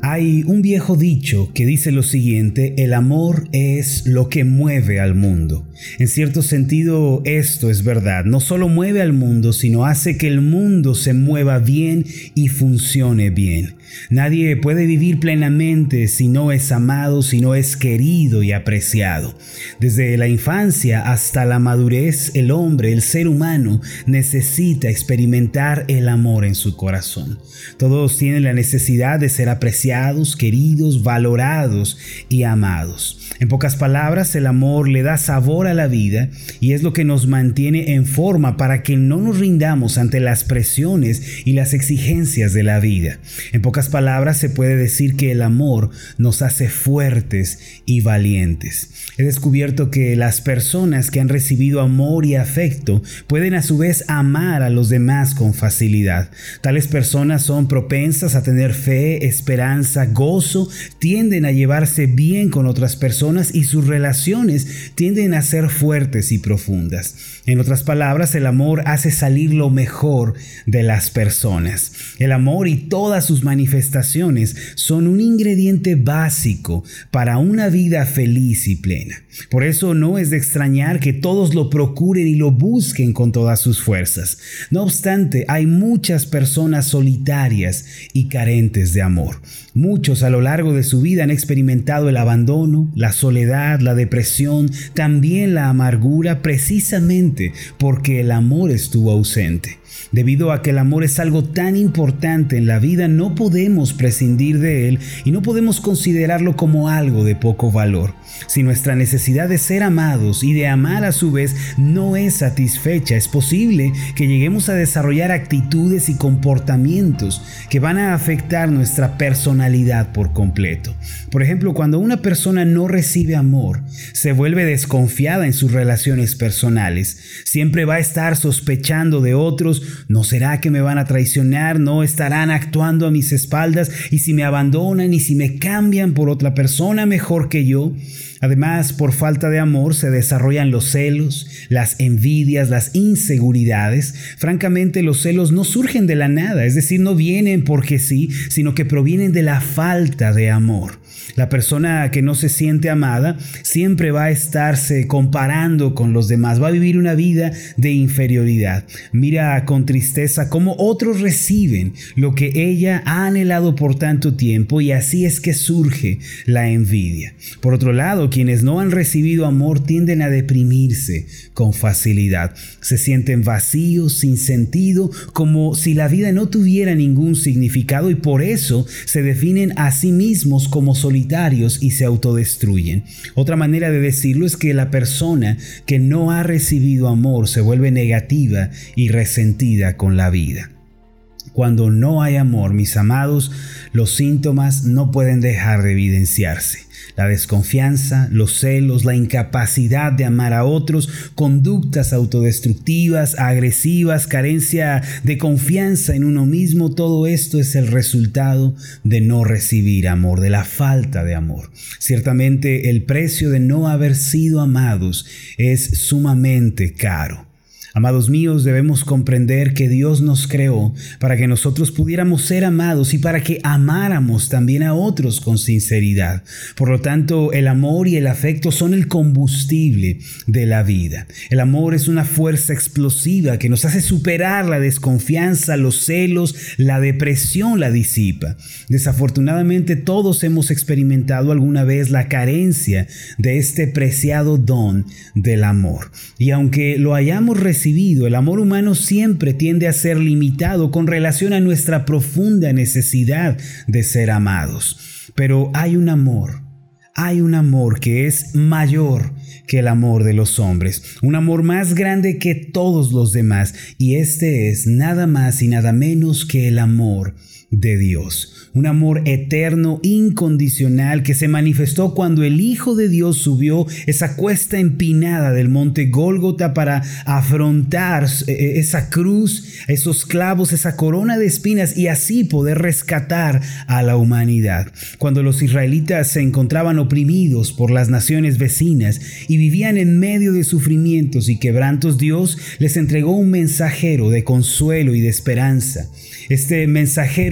Hay un viejo dicho que dice lo siguiente: el amor es lo que mueve al mundo. En cierto sentido, esto es verdad. No solo mueve al mundo, sino hace que el mundo se mueva bien y funcione bien. Nadie puede vivir plenamente si no es amado, si no es querido y apreciado. Desde la infancia hasta la madurez, el hombre, el ser humano, necesita experimentar el amor en su corazón. Todos tienen la necesidad de ser apreciados, queridos, valorados y amados. En pocas palabras, el amor le da sabor a la vida y es lo que nos mantiene en forma para que no nos rindamos ante las presiones y las exigencias de la vida. En pocas palabras, se puede decir que el amor nos hace fuertes y valientes. He descubierto que las personas que han recibido amor y afecto pueden a su vez amar a los demás con facilidad. Tales personas son propensas a tener fe, esperanza, gozo, tienden a llevarse bien con otras personas y sus relaciones tienden a ser fuertes y profundas. En otras palabras, el amor hace salir lo mejor de las personas. El amor y todas sus manifestaciones son un ingrediente básico para una vida feliz y plena. Por eso no es de extrañar que todos lo procuren y lo busquen con todas sus fuerzas. No obstante, hay muchas personas solitarias y carentes de amor. Muchos a lo largo de su vida han experimentado el abandono, la soledad, la depresión, también la amargura, precisamente porque el amor estuvo ausente. Debido a que el amor es algo tan importante en la vida, no podemos prescindir de él y no podemos considerarlo como algo de poco valor. Si nuestra necesidad de ser amados y de amar a su vez no es satisfecha, es posible que lleguemos a desarrollar actitudes y comportamientos que van a afectar nuestra personalidad por completo. Por ejemplo, cuando una persona no recibe amor, se vuelve desconfiada en sus relaciones personales. Siempre va a estar sospechando de otros. ¿No será que me van a traicionar? ¿No estarán actuando a mis espaldas? ¿Y si me abandonan y si me cambian por otra persona mejor que yo? Además, por falta de amor se desarrollan los celos, las envidias, las inseguridades. Francamente, los celos no surgen de la nada, es decir, no vienen porque sí, sino que provienen de la falta de amor. La persona que no se siente amada siempre va a estarse comparando con los demás, va a vivir una vida de inferioridad. Mira con tristeza cómo otros reciben lo que ella ha anhelado por tanto tiempo y así es que surge la envidia. Por otro lado, quienes no han recibido amor tienden a deprimirse con facilidad. Se sienten vacíos, sin sentido, como si la vida no tuviera ningún significado y por eso se definen a sí mismos como solitarios y se autodestruyen. Otra manera de decirlo es que la persona que no ha recibido amor se vuelve negativa y resentida con la vida. Cuando no hay amor, mis amados, los síntomas no pueden dejar de evidenciarse. La desconfianza, los celos, la incapacidad de amar a otros, conductas autodestructivas, agresivas, carencia de confianza en uno mismo, todo esto es el resultado de no recibir amor, de la falta de amor. Ciertamente el precio de no haber sido amados es sumamente caro. Amados míos, debemos comprender que Dios nos creó para que nosotros pudiéramos ser amados y para que amáramos también a otros con sinceridad. Por lo tanto, el amor y el afecto son el combustible de la vida. El amor es una fuerza explosiva que nos hace superar la desconfianza, los celos, la depresión la disipa. Desafortunadamente, todos hemos experimentado alguna vez la carencia de este preciado don del amor. Y aunque lo hayamos recibido, el amor humano siempre tiende a ser limitado con relación a nuestra profunda necesidad de ser amados. Pero hay un amor que es mayor que el amor de los hombres, un amor más grande que todos los demás, y este es nada más y nada menos que el amor de Dios. Un amor eterno, incondicional, que se manifestó cuando el Hijo de Dios subió esa cuesta empinada del monte Gólgota para afrontar esa cruz, esos clavos, esa corona de espinas y así poder rescatar a la humanidad. Cuando los israelitas se encontraban oprimidos por las naciones vecinas y vivían en medio de sufrimientos y quebrantos, Dios les entregó un mensajero de consuelo y de esperanza. Este mensajero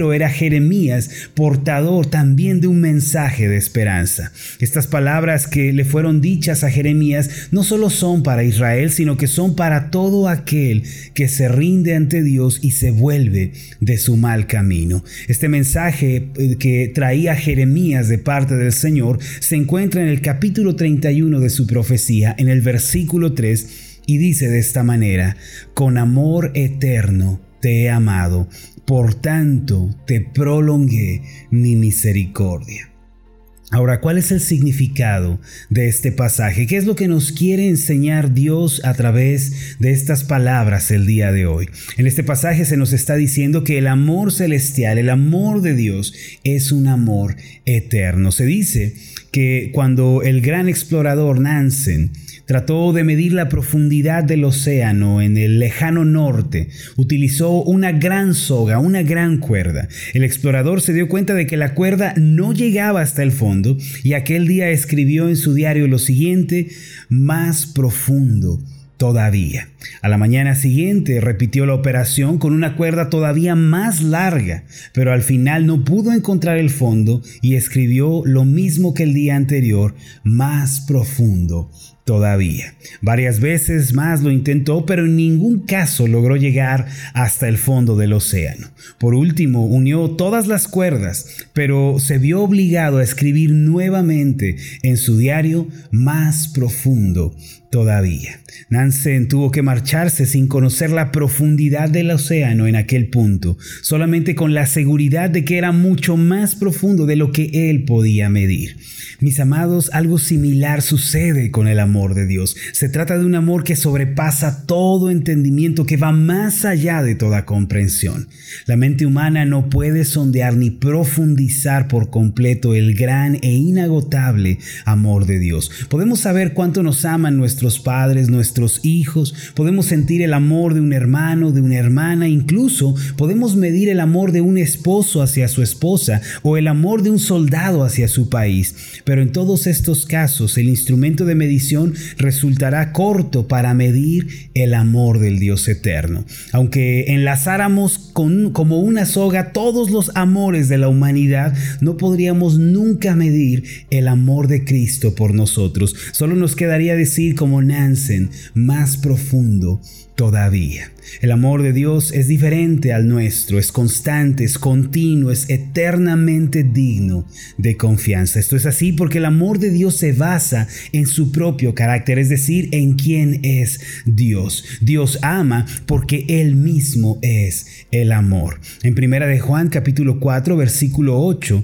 mensajero era Jeremías, portador también de un mensaje de esperanza. Estas palabras que le fueron dichas a Jeremías no solo son para Israel, sino que son para todo aquel que se rinde ante Dios y se vuelve de su mal camino. Este mensaje que traía Jeremías de parte del Señor se encuentra en el capítulo 31 de su profecía, en el versículo 3, y dice de esta manera: con amor eterno te he amado, por tanto te prolongué mi misericordia. Ahora, ¿cuál es el significado de este pasaje? ¿Qué es lo que nos quiere enseñar Dios a través de estas palabras el día de hoy? En este pasaje se nos está diciendo que el amor celestial, el amor de Dios, es un amor eterno. Se dice que cuando el gran explorador Nansen trató de medir la profundidad del océano en el lejano norte, utilizó una gran soga, una gran cuerda. El explorador se dio cuenta de que la cuerda no llegaba hasta el fondo y aquel día escribió en su diario lo siguiente: más profundo todavía. A la mañana siguiente repitió la operación con una cuerda todavía más larga, pero al final no pudo encontrar el fondo y escribió lo mismo que el día anterior: más profundo todavía. Varias veces más lo intentó, pero en ningún caso logró llegar hasta el fondo del océano. Por último, unió todas las cuerdas, pero se vio obligado a escribir nuevamente en su diario: más profundo todavía. Nansen tuvo que marcharse sin conocer la profundidad del océano en aquel punto, solamente con la seguridad de que era mucho más profundo de lo que él podía medir. Mis amados, algo similar sucede con el amor de Dios. Se trata de un amor que sobrepasa todo entendimiento, que va más allá de toda comprensión. La mente humana no puede sondear ni profundizar por completo el gran e inagotable amor de Dios. Podemos saber cuánto nos aman nuestros padres, nuestros hijos, podemos sentir el amor de un hermano, de una hermana, incluso podemos medir el amor de un esposo hacia su esposa o el amor de un soldado hacia su país. Pero en todos estos casos, el instrumento de medición resultará corto para medir el amor del Dios eterno. Aunque enlazáramos como una soga todos los amores de la humanidad, no podríamos nunca medir el amor de Cristo por nosotros. Solo nos quedaría decir como Nansen: más profundo todavía. El amor de Dios es diferente al nuestro, es constante, es continuo, es eternamente digno de confianza. Esto es así porque el amor de Dios se basa en su propio carácter, es decir, en quién es Dios. Dios ama porque Él mismo es el amor. En 1 de Juan capítulo 4 versículo 8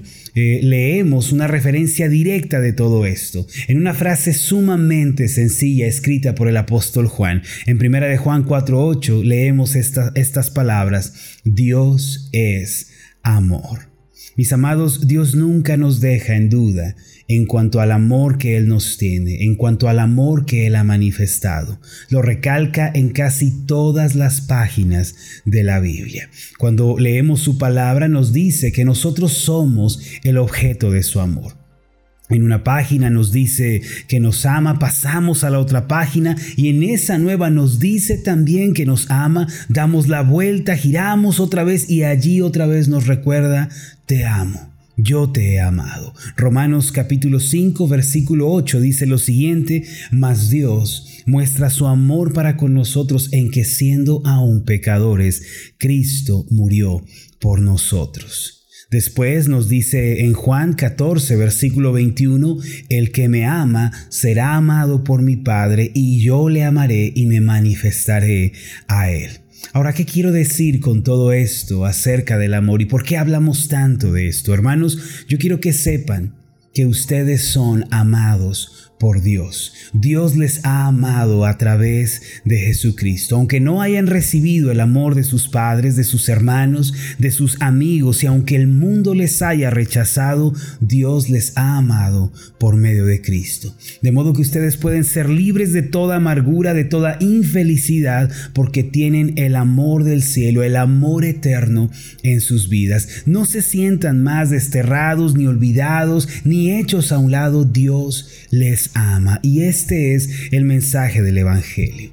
leemos una referencia directa de todo esto, en una frase sumamente sencilla escrita por el apóstol Juan. En 1 de Juan 4:8 leemos estas palabras: Dios es amor. Mis amados, Dios nunca nos deja en duda en cuanto al amor que Él nos tiene, en cuanto al amor que Él ha manifestado. Lo recalca en casi todas las páginas de la Biblia. Cuando leemos su palabra nos dice que nosotros somos el objeto de su amor. En una página nos dice que nos ama, pasamos a la otra página y en esa nueva nos dice también que nos ama, damos la vuelta, giramos otra vez y allí otra vez nos recuerda: te amo, yo te he amado. Romanos capítulo 5 versículo 8 dice lo siguiente: mas Dios muestra su amor para con nosotros en que siendo aún pecadores, Cristo murió por nosotros. Después nos dice en Juan 14, versículo 21, el que me ama será amado por mi Padre y yo le amaré y me manifestaré a él. Ahora, ¿qué quiero decir con todo esto acerca del amor y por qué hablamos tanto de esto? Hermanos, yo quiero que sepan que ustedes son amados por Dios. Dios les ha amado a través de Jesucristo. Aunque no hayan recibido el amor de sus padres, de sus hermanos, de sus amigos, y aunque el mundo les haya rechazado, Dios les ha amado por medio de Cristo. De modo que ustedes pueden ser libres de toda amargura, de toda infelicidad, porque tienen el amor del cielo, el amor eterno en sus vidas. No se sientan más desterrados, ni olvidados, ni hechos a un lado. Dios les ama. Y este es el mensaje del Evangelio.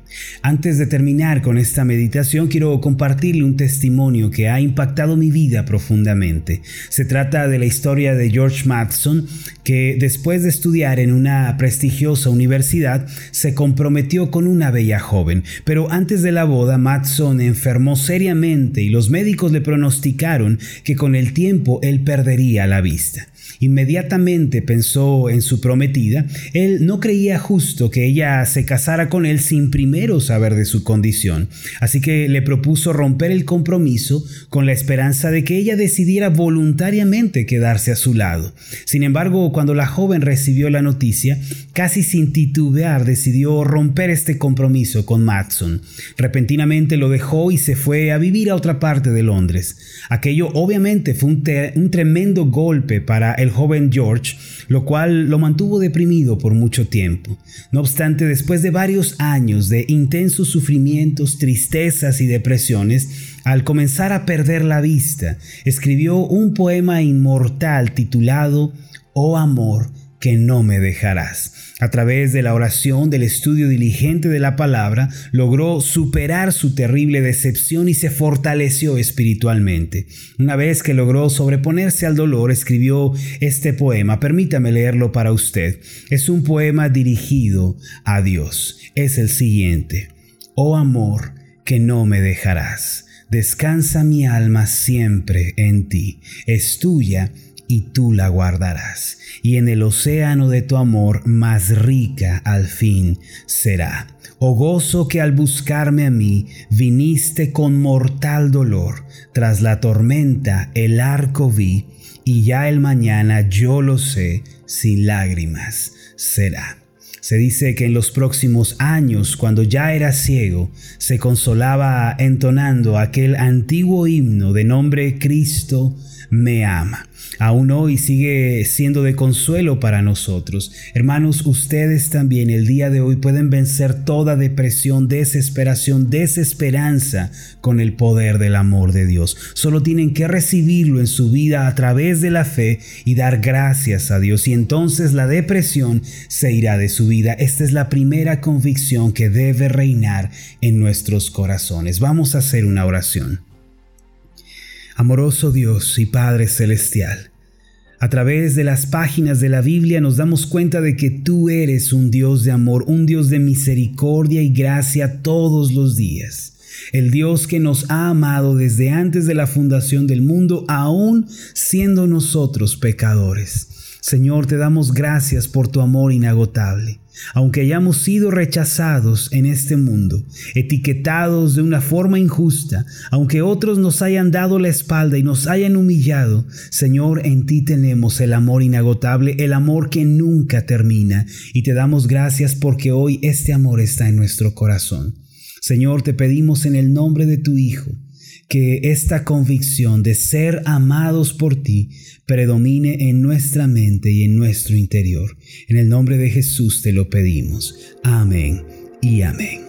Antes de terminar con esta meditación, quiero compartirle un testimonio que ha impactado mi vida profundamente. Se trata de la historia de George Matheson, que después de estudiar en una prestigiosa universidad, se comprometió con una bella joven. Pero antes de la boda, Matheson enfermó seriamente y los médicos le pronosticaron que con el tiempo él perdería la vista. Inmediatamente pensó en su prometida. Él no creía justo que ella se casara con él sin primero saber de su condición. Así que le propuso romper el compromiso con la esperanza de que ella decidiera voluntariamente quedarse a su lado. Sin embargo, cuando la joven recibió la noticia, casi sin titubear decidió romper este compromiso con Matheson. Repentinamente lo dejó y se fue a vivir a otra parte de Londres. Aquello obviamente fue un tremendo golpe para el joven George, lo cual lo mantuvo deprimido por mucho tiempo. No obstante, después de varios años de intensos sufrimientos, tristezas y depresiones, al comenzar a perder la vista, escribió un poema inmortal titulado «Oh amor, que no me dejarás». A través de la oración, del estudio diligente de la palabra, logró superar su terrible decepción y se fortaleció espiritualmente. Una vez que logró sobreponerse al dolor, escribió este poema. Permítame leerlo para usted. Es un poema dirigido a Dios. Es el siguiente. Oh amor, que no me dejarás. Descansa mi alma siempre en ti. Es tuya y tú la guardarás, y en el océano de tu amor más rica al fin será. Oh gozo que al buscarme a mí viniste con mortal dolor, tras la tormenta el arco vi, y ya el mañana yo lo sé, sin lágrimas será. Se dice que en los próximos años, cuando ya era ciego, se consolaba entonando aquel antiguo himno de nombre Cristo me ama. Aún hoy sigue siendo de consuelo para nosotros. Hermanos, ustedes también el día de hoy pueden vencer toda depresión, desesperación, desesperanza con el poder del amor de Dios. Solo tienen que recibirlo en su vida a través de la fe y dar gracias a Dios, y entonces la depresión se irá de su vida. Esta es la primera convicción que debe reinar en nuestros corazones. Vamos a hacer una oración. Amoroso Dios y Padre Celestial, a través de las páginas de la Biblia nos damos cuenta de que tú eres un Dios de amor, un Dios de misericordia y gracia todos los días. El Dios que nos ha amado desde antes de la fundación del mundo, aún siendo nosotros pecadores. Señor, te damos gracias por tu amor inagotable. Aunque hayamos sido rechazados en este mundo, etiquetados de una forma injusta, aunque otros nos hayan dado la espalda y nos hayan humillado, Señor, en ti tenemos el amor inagotable, el amor que nunca termina, y te damos gracias porque hoy este amor está en nuestro corazón. Señor, te pedimos en el nombre de tu Hijo, que esta convicción de ser amados por ti predomine en nuestra mente y en nuestro interior. En el nombre de Jesús te lo pedimos. Amén y amén.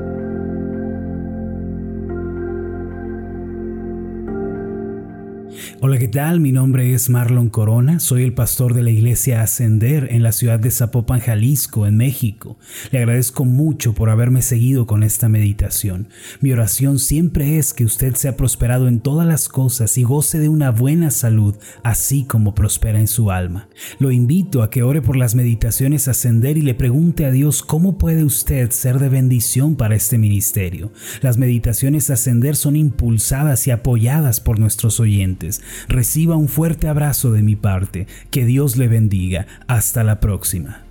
Hola, ¿qué tal? Mi nombre es Marlon Corona, soy el pastor de la iglesia Ascender en la ciudad de Zapopan, Jalisco, en México. Le agradezco mucho por haberme seguido con esta meditación. Mi oración siempre es que usted sea prosperado en todas las cosas y goce de una buena salud, así como prospera en su alma. Lo invito a que ore por las meditaciones Ascender y le pregunte a Dios cómo puede usted ser de bendición para este ministerio. Las meditaciones Ascender son impulsadas y apoyadas por nuestros oyentes. Reciba un fuerte abrazo de mi parte. Que Dios le bendiga. Hasta la próxima.